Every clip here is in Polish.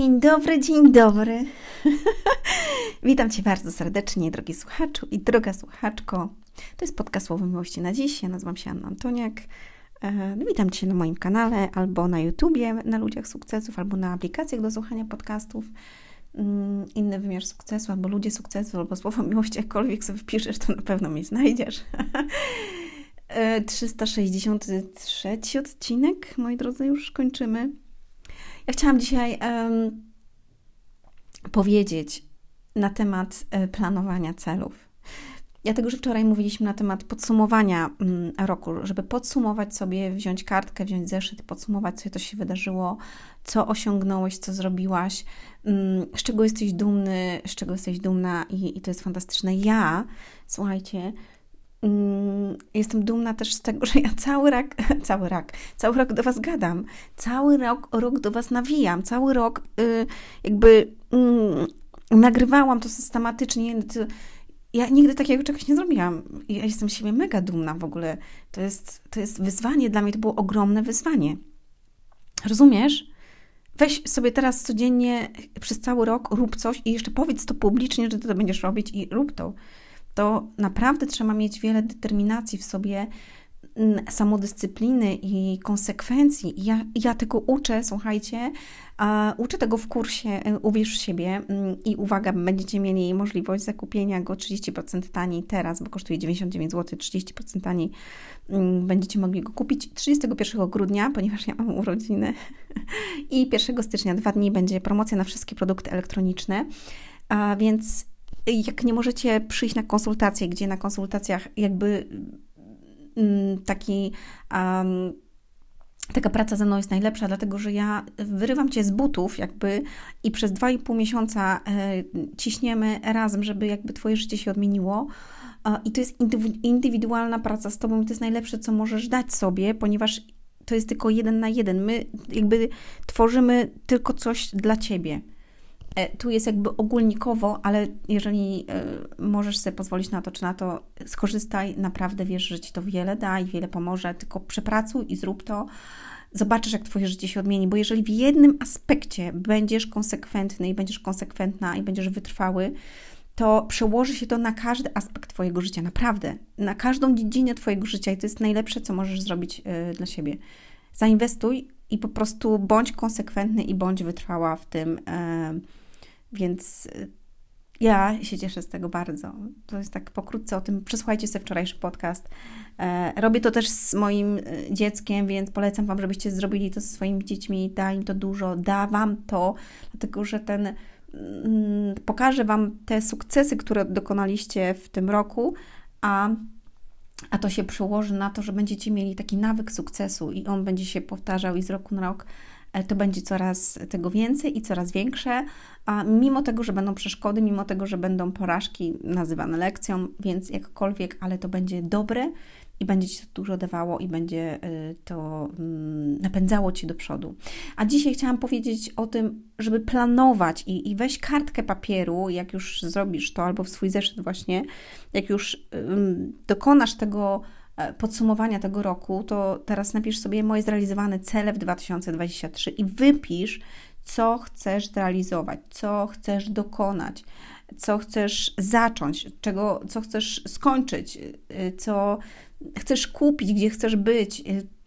Dzień dobry, dzień dobry. Witam Cię bardzo serdecznie, drogi słuchaczu i droga słuchaczko. To jest podcast Słowo Miłości na dziś. Ja nazywam się Anna Antoniak. Witam Cię na moim kanale, albo na YouTubie, na Ludziach Sukcesów, albo na aplikacjach do słuchania podcastów. Inny wymiar sukcesu, albo Ludzie Sukcesu, albo Słowo Miłości, jakkolwiek sobie wpiszesz, to na pewno mnie znajdziesz. 363 odcinek, moi drodzy, już kończymy. Ja chciałam dzisiaj powiedzieć na temat planowania celów. Dlatego, że wczoraj mówiliśmy na temat podsumowania roku, żeby podsumować sobie, wziąć kartkę, wziąć zeszyt, podsumować, co to się wydarzyło, co osiągnąłeś, co zrobiłaś, z czego jesteś dumny, z czego jesteś dumna i to jest fantastyczne. Ja, słuchajcie, jestem dumna też z tego, że ja cały rok do Was gadam, cały rok do Was nawijam, cały rok nagrywałam to systematycznie. Ja nigdy takiego czegoś nie zrobiłam. Ja jestem z siebie mega dumna w ogóle. To jest wyzwanie, dla mnie to było ogromne wyzwanie. Rozumiesz? Weź sobie teraz codziennie przez cały rok, rób coś i jeszcze powiedz to publicznie, że Ty to będziesz robić i rób to. To naprawdę trzeba mieć wiele determinacji w sobie, samodyscypliny i konsekwencji. Ja tego uczę, słuchajcie, uczę tego w kursie Uwierz w siebie i uwaga, będziecie mieli możliwość zakupienia go 30% taniej teraz, bo kosztuje 99 zł, 30% taniej będziecie mogli go kupić 31 grudnia, ponieważ ja mam urodziny i 1 stycznia, 2 dni będzie promocja na wszystkie produkty elektroniczne, więc jak nie możecie przyjść na konsultacje, gdzie na konsultacjach jakby taka praca ze mną jest najlepsza, dlatego że ja wyrywam Cię z butów jakby i przez 2,5 miesiąca ciśniemy razem, żeby jakby Twoje życie się odmieniło. I to jest indywidualna praca z Tobą i to jest najlepsze, co możesz dać sobie, ponieważ to jest tylko 1 na 1. My jakby tworzymy tylko coś dla Ciebie. Tu jest jakby ogólnikowo, ale jeżeli możesz sobie pozwolić na to, czy na to, skorzystaj, naprawdę wiesz, że Ci to wiele da i wiele pomoże, tylko przepracuj i zrób to, zobaczysz, jak Twoje życie się odmieni, bo jeżeli w jednym aspekcie będziesz konsekwentny i będziesz konsekwentna i będziesz wytrwały, to przełoży się to na każdy aspekt Twojego życia, naprawdę, na każdą dziedzinę Twojego życia i to jest najlepsze, co możesz zrobić dla siebie. Zainwestuj i po prostu bądź konsekwentny i bądź wytrwała w tym. Więc ja się cieszę z tego bardzo. To jest tak pokrótce o tym. Przesłuchajcie sobie wczorajszy podcast. Robię to też z moim dzieckiem, więc polecam Wam, żebyście zrobili to ze swoimi dziećmi. Da im to dużo, da Wam to, dlatego że pokaże Wam te sukcesy, które dokonaliście w tym roku, a to się przełoży na to, że będziecie mieli taki nawyk sukcesu i on będzie się powtarzał i z roku na rok to będzie coraz tego więcej i coraz większe, a mimo tego, że będą przeszkody, mimo tego, że będą porażki nazywane lekcją, więc jakkolwiek, ale to będzie dobre i będzie Ci to dużo dawało i będzie to napędzało Cię do przodu. A dzisiaj chciałam powiedzieć o tym, żeby planować i weź kartkę papieru, jak już zrobisz to, albo w swój zeszyt właśnie, jak już dokonasz tego podsumowania tego roku, to teraz napisz sobie moje zrealizowane cele w 2023 i wypisz, co chcesz zrealizować, co chcesz dokonać, co chcesz zacząć, co chcesz skończyć, co chcesz kupić, gdzie chcesz być,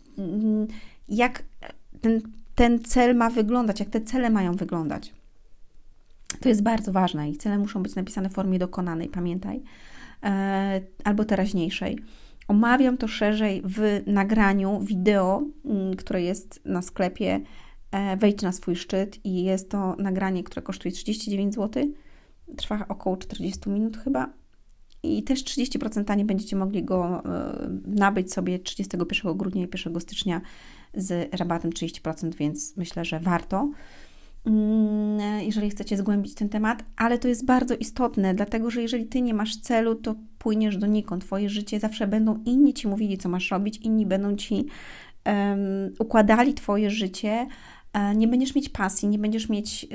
jak ten cel ma wyglądać, jak te cele mają wyglądać. To jest bardzo ważne i cele muszą być napisane w formie dokonanej, pamiętaj, albo teraźniejszej. Omawiam to szerzej w nagraniu wideo, które jest na sklepie Wejdź na swój szczyt i jest to nagranie, które kosztuje 39 zł. Trwa około 40 minut chyba. I też 30% taniej będziecie mogli go nabyć sobie 31 grudnia i 1 stycznia z rabatem 30%, więc myślę, że warto, jeżeli chcecie zgłębić ten temat, ale to jest bardzo istotne, dlatego, że jeżeli Ty nie masz celu, to płyniesz donikąd. Twoje życie zawsze będą inni Ci mówili, co masz robić, inni będą Ci układali Twoje życie, nie będziesz mieć pasji, nie będziesz mieć...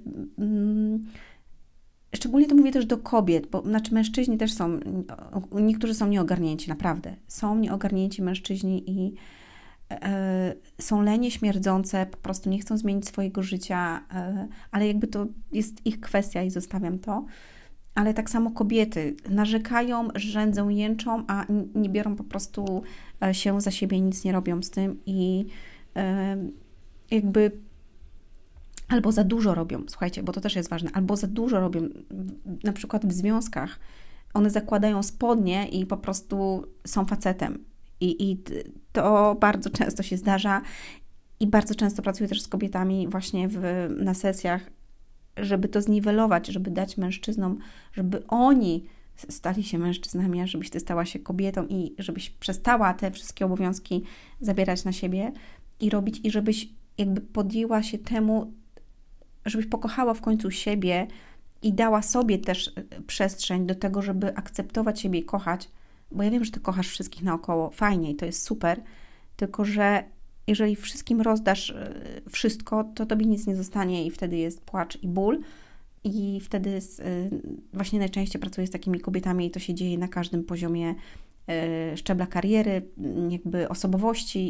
Szczególnie to mówię też do kobiet, bo znaczy mężczyźni też są, niektórzy są nieogarnięci, naprawdę. Są nieogarnięci mężczyźni i są lenie, śmierdzące, po prostu nie chcą zmienić swojego życia, ale jakby to jest ich kwestia i zostawiam to. Ale tak samo kobiety narzekają, rzędzą, jęczą, a nie biorą po prostu się za siebie, nic nie robią z tym i jakby albo za dużo robią, słuchajcie, bo to też jest ważne, albo za dużo robią, na przykład w związkach, one zakładają spodnie i po prostu są facetem. I to bardzo często się zdarza i bardzo często pracuję też z kobietami właśnie na sesjach, żeby to zniwelować, żeby dać mężczyznom, żeby oni stali się mężczyznami, a żebyś ty stała się kobietą i żebyś przestała te wszystkie obowiązki zabierać na siebie i robić i żebyś jakby podjęła się temu, żebyś pokochała w końcu siebie i dała sobie też przestrzeń do tego, żeby akceptować siebie i kochać, bo ja wiem, że ty kochasz wszystkich naokoło, fajnie i to jest super, tylko że jeżeli wszystkim rozdasz wszystko, to tobie nic nie zostanie i wtedy jest płacz i ból i wtedy właśnie najczęściej pracuję z takimi kobietami i to się dzieje na każdym poziomie szczebla kariery, jakby osobowości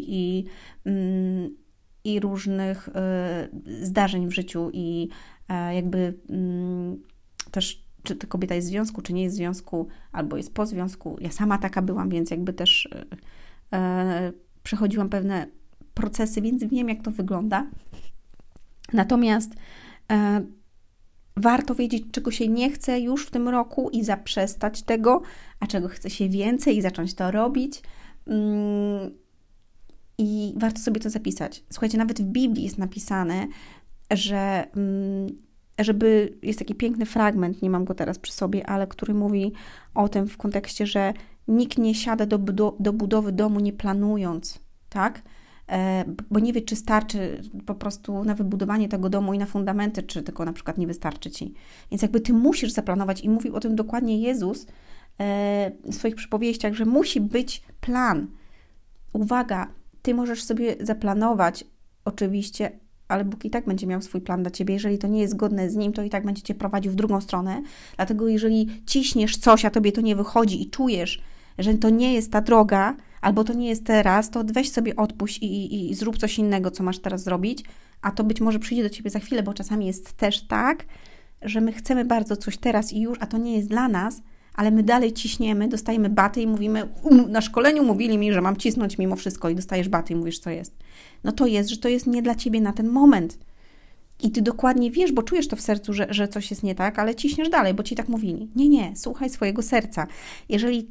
i różnych zdarzeń w życiu i jakby też czy ta kobieta jest w związku, czy nie jest w związku, albo jest po związku. Ja sama taka byłam, więc jakby też przechodziłam pewne procesy, więc wiem, jak to wygląda. Natomiast warto wiedzieć, czego się nie chce już w tym roku i zaprzestać tego, a czego chce się więcej i zacząć to robić. I warto sobie to zapisać. Słuchajcie, nawet w Biblii jest napisane, że jest taki piękny fragment, nie mam go teraz przy sobie, ale który mówi o tym w kontekście, że nikt nie siada do budowy domu nie planując, tak? Bo nie wie, czy starczy po prostu na wybudowanie tego domu i na fundamenty, czy tylko na przykład nie wystarczy ci. Więc jakby ty musisz zaplanować i mówił o tym dokładnie Jezus w swoich przypowieściach, że musi być plan. Uwaga, ty możesz sobie zaplanować oczywiście, ale Bóg i tak będzie miał swój plan dla ciebie. Jeżeli to nie jest zgodne z Nim, to i tak będzie cię prowadził w drugą stronę. Dlatego jeżeli ciśniesz coś, a tobie to nie wychodzi i czujesz, że to nie jest ta droga, albo to nie jest teraz, to weź sobie odpuść i zrób coś innego, co masz teraz zrobić, a to być może przyjdzie do ciebie za chwilę, bo czasami jest też tak, że my chcemy bardzo coś teraz i już, a to nie jest dla nas, ale my dalej ciśniemy, dostajemy baty i mówimy, na szkoleniu mówili mi, że mam cisnąć mimo wszystko i dostajesz baty i mówisz, co jest. No to jest, że to jest nie dla ciebie na ten moment. I ty dokładnie wiesz, bo czujesz to w sercu, że coś jest nie tak, ale ciśniesz dalej, bo ci tak mówili. Nie, słuchaj swojego serca. Jeżeli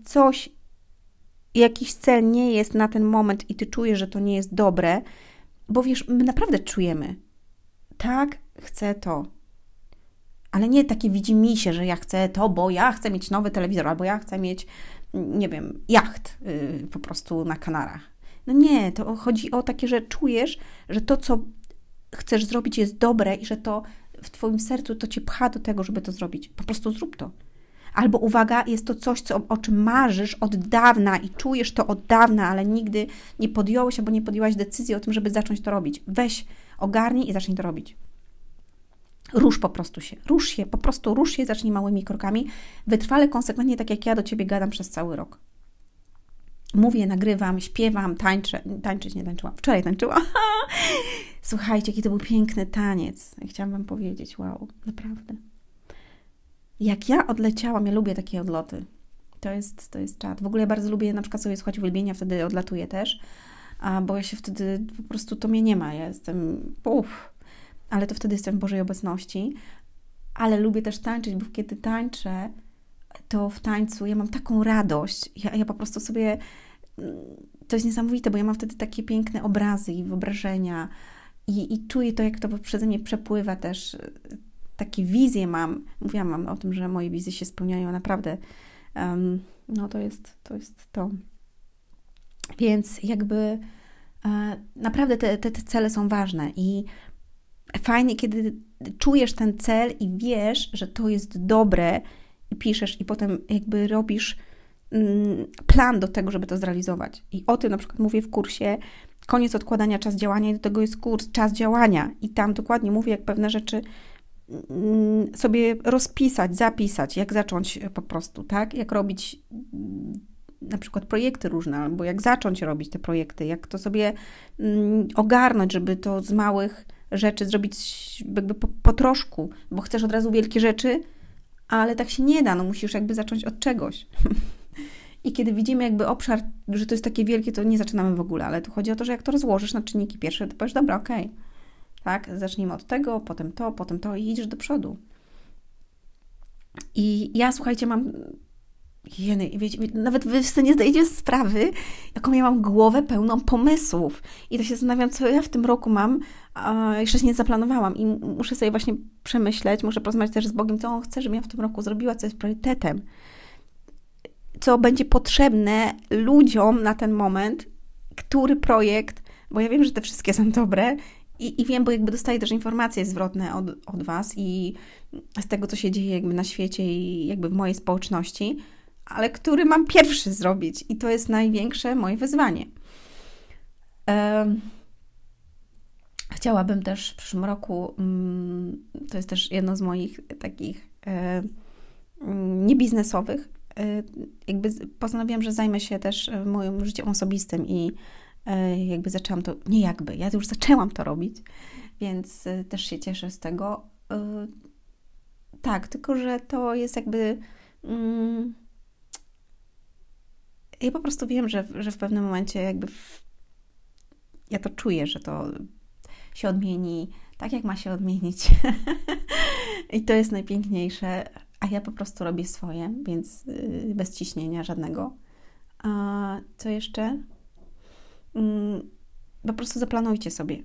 jakiś cel nie jest na ten moment i ty czujesz, że to nie jest dobre, bo wiesz, my naprawdę czujemy. Tak, chcę to. Ale nie takie widzimisię, że ja chcę to, bo ja chcę mieć nowy telewizor, albo ja chcę mieć, nie wiem, jacht po prostu na Kanarach. No nie, to chodzi o takie, że czujesz, że to, co chcesz zrobić, jest dobre i że to w twoim sercu to cię pcha do tego, żeby to zrobić. Po prostu zrób to. Albo uwaga, jest to coś, o czym marzysz od dawna i czujesz to od dawna, ale nigdy nie podjąłeś albo nie podjęłaś decyzji o tym, żeby zacząć to robić. Weź, ogarnij i zacznij to robić. Rusz po prostu się, rusz się, zacznij małymi krokami, wytrwale, konsekwentnie, tak jak ja do ciebie gadam przez cały rok. Mówię, nagrywam, śpiewam, tańczyć nie tańczyłam, wczoraj tańczyłam. Słuchajcie, jaki to był piękny taniec. Chciałam wam powiedzieć, wow, naprawdę. Jak ja odleciałam, ja lubię takie odloty. To jest czad. W ogóle ja bardzo lubię na przykład sobie słuchać uwielbienia, wtedy odlatuję też, bo ja się wtedy, po prostu to mnie nie ma, ja jestem, ale to wtedy jestem w Bożej obecności. Ale lubię też tańczyć, bo kiedy tańczę, to w tańcu ja mam taką radość. Ja po prostu sobie, to jest niesamowite, bo ja mam wtedy takie piękne obrazy i wyobrażenia i czuję to, jak to przeze mnie przepływa też. Takie wizje mam. Mówiłam wam o tym, że moje wizje się spełniają naprawdę. No to jest to. Więc jakby naprawdę te cele są ważne i fajnie, kiedy czujesz ten cel i wiesz, że to jest dobre i piszesz i potem jakby robisz plan do tego, żeby to zrealizować. I o tym na przykład mówię w kursie Koniec odkładania, czas działania i do tego jest kurs Czas działania i tam dokładnie mówię, jak pewne rzeczy sobie rozpisać, zapisać, jak zacząć po prostu, tak? Jak robić na przykład projekty różne, albo jak zacząć robić te projekty, jak to sobie ogarnąć, żeby to z małych rzeczy zrobić jakby po troszku, bo chcesz od razu wielkie rzeczy, ale tak się nie da, no musisz jakby zacząć od czegoś. I kiedy widzimy jakby obszar, że to jest takie wielkie, to nie zaczynamy w ogóle, ale tu chodzi o to, że jak to rozłożysz na czynniki pierwsze, to powiesz, dobra, okej. Tak, zacznijmy od tego, potem to i idziesz do przodu. I ja, słuchajcie, mam... wiecie, nawet wy sobie nie zdajecie sprawy, jaką ja mam głowę pełną pomysłów. I to się zastanawiam, co ja w tym roku mam, a jeszcze się nie zaplanowałam i muszę sobie właśnie przemyśleć, muszę porozmawiać też z Bogiem, co On chce, żebym ja w tym roku zrobiła, co jest priorytetem. Co będzie potrzebne ludziom na ten moment, który projekt, bo ja wiem, że te wszystkie są dobre i wiem, bo jakby dostaję też informacje zwrotne od Was i z tego, co się dzieje jakby na świecie i jakby w mojej społeczności, ale który mam pierwszy zrobić i to jest największe moje wyzwanie. Chciałabym też w przyszłym roku, to jest też jedno z moich takich niebiznesowych, jakby postanowiłam, że zajmę się też moim życiem osobistym i jakby zaczęłam to, ja już zaczęłam to robić, więc też się cieszę z tego. Tak, tylko że to jest jakby... Ja po prostu wiem, że w pewnym momencie jakby ja to czuję, że to się odmieni tak, jak ma się odmienić. I to jest najpiękniejsze, a ja po prostu robię swoje, więc bez ciśnienia żadnego. A co jeszcze? Po prostu zaplanujcie sobie.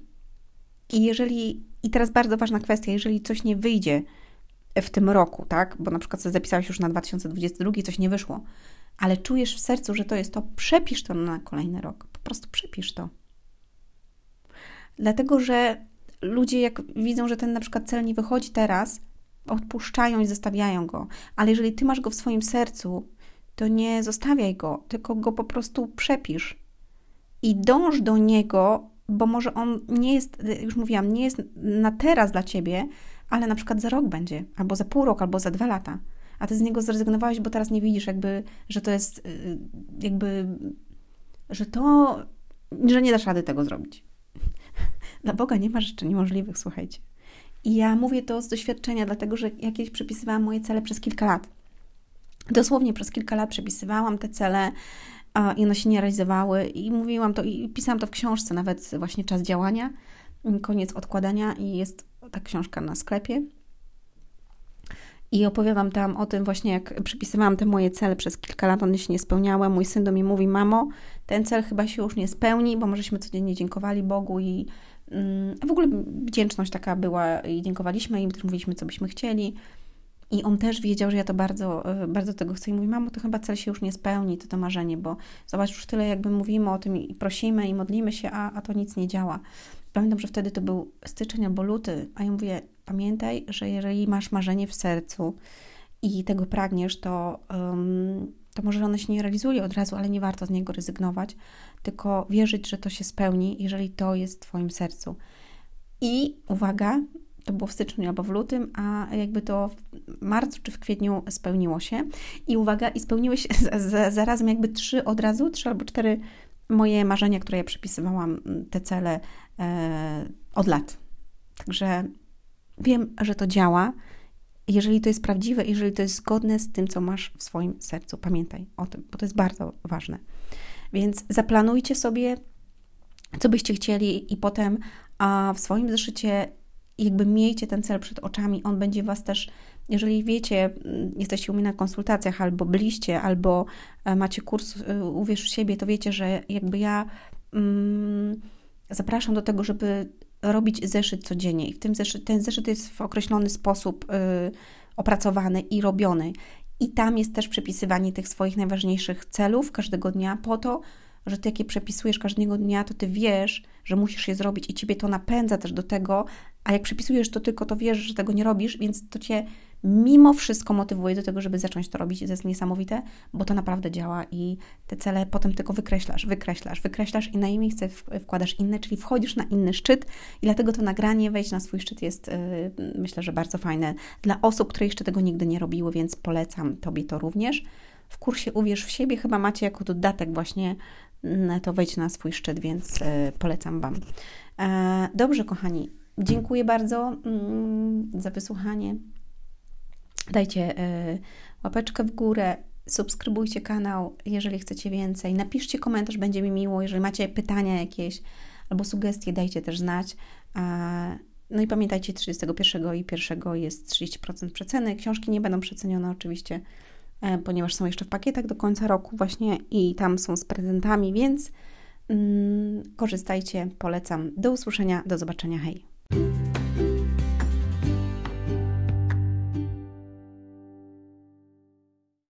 I teraz bardzo ważna kwestia, jeżeli coś nie wyjdzie w tym roku, tak? Bo na przykład zapisałeś już na 2022 i coś nie wyszło, ale czujesz w sercu, że to jest to, przepisz to na kolejny rok. Po prostu przepisz to. Dlatego, że ludzie jak widzą, że ten na przykład cel nie wychodzi teraz, odpuszczają i zostawiają go. Ale jeżeli ty masz go w swoim sercu, to nie zostawiaj go, tylko go po prostu przepisz. I dąż do niego, bo może on nie jest, już mówiłam, nie jest na teraz dla ciebie, ale na przykład za rok będzie, albo za pół roku, albo za 2 lata. A ty z niego zrezygnowałeś, bo teraz nie widzisz jakby, że to jest jakby, że nie dasz rady tego zrobić. Dla Boga nie ma rzeczy niemożliwych, słuchajcie. I ja mówię to z doświadczenia, dlatego że jakieś przepisywałam moje cele przez kilka lat. Dosłownie przez kilka lat przepisywałam te cele i one się nie realizowały i mówiłam to i pisałam to w książce, nawet właśnie Czas działania, koniec odkładania i jest ta książka na sklepie. I opowiadam tam o tym właśnie, jak przypisywałam te moje cele przez kilka lat, one się nie spełniały. Mój syn do mnie mówi, mamo, ten cel chyba się już nie spełni, bo żeśmy codziennie dziękowali Bogu i w ogóle wdzięczność taka była i dziękowaliśmy i też mówiliśmy, co byśmy chcieli. I on też wiedział, że ja to bardzo, bardzo tego chcę i mówi, mamo, to chyba cel się już nie spełni, to marzenie, bo zobacz, już tyle jakby mówimy o tym i prosimy i modlimy się, a to nic nie działa. Pamiętam, że wtedy to był styczeń albo luty, a ja mówię, pamiętaj, że jeżeli masz marzenie w sercu i tego pragniesz, to może ono się nie realizuje od razu, ale nie warto z niego rezygnować, tylko wierzyć, że to się spełni, jeżeli to jest w twoim sercu. I uwaga, to było w styczniu albo w lutym, a jakby to w marcu czy w kwietniu spełniło się. I uwaga, i spełniły się zarazem jakby 3 albo 4 moje marzenia, które ja przypisywałam, te cele od lat. Także wiem, że to działa. Jeżeli to jest prawdziwe, jeżeli to jest zgodne z tym, co masz w swoim sercu. Pamiętaj o tym, bo to jest bardzo ważne. Więc zaplanujcie sobie, co byście chcieli i potem w swoim zeszycie jakby miejcie ten cel przed oczami. On będzie was też, jeżeli wiecie, jesteście u mnie na konsultacjach, albo byliście, albo macie kurs Uwierz w siebie, to wiecie, że jakby ja zapraszam do tego, żeby robić zeszyt codziennie. I w tym ten zeszyt jest w określony sposób opracowany i robiony. I tam jest też przepisywanie tych swoich najważniejszych celów każdego dnia po to, że ty jak je przepisujesz każdego dnia, to ty wiesz, że musisz je zrobić i ciebie to napędza też do tego, a jak przepisujesz to tylko, to wiesz, że tego nie robisz, więc to cię mimo wszystko motywuje do tego, żeby zacząć to robić. I to jest niesamowite, bo to naprawdę działa i te cele potem tylko wykreślasz i na jej miejsce wkładasz inne, czyli wchodzisz na inny szczyt i dlatego to nagranie, wejść na swój szczyt jest myślę, że bardzo fajne dla osób, które jeszcze tego nigdy nie robiły, więc polecam tobie to również. w kursie Uwierz w siebie. Chyba macie jako dodatek właśnie to Wejdź na swój szczyt, więc polecam Wam. Dobrze, kochani, dziękuję bardzo za wysłuchanie. Dajcie łapeczkę w górę, subskrybujcie kanał, jeżeli chcecie więcej. Napiszcie komentarz, będzie mi miło. Jeżeli macie pytania jakieś albo sugestie, dajcie też znać. No i pamiętajcie, 31 i 1 jest 30% przeceny. Książki nie będą przecenione oczywiście, ponieważ są jeszcze w pakietach do końca roku właśnie i tam są z prezentami, więc korzystajcie, polecam. Do usłyszenia, do zobaczenia, hej!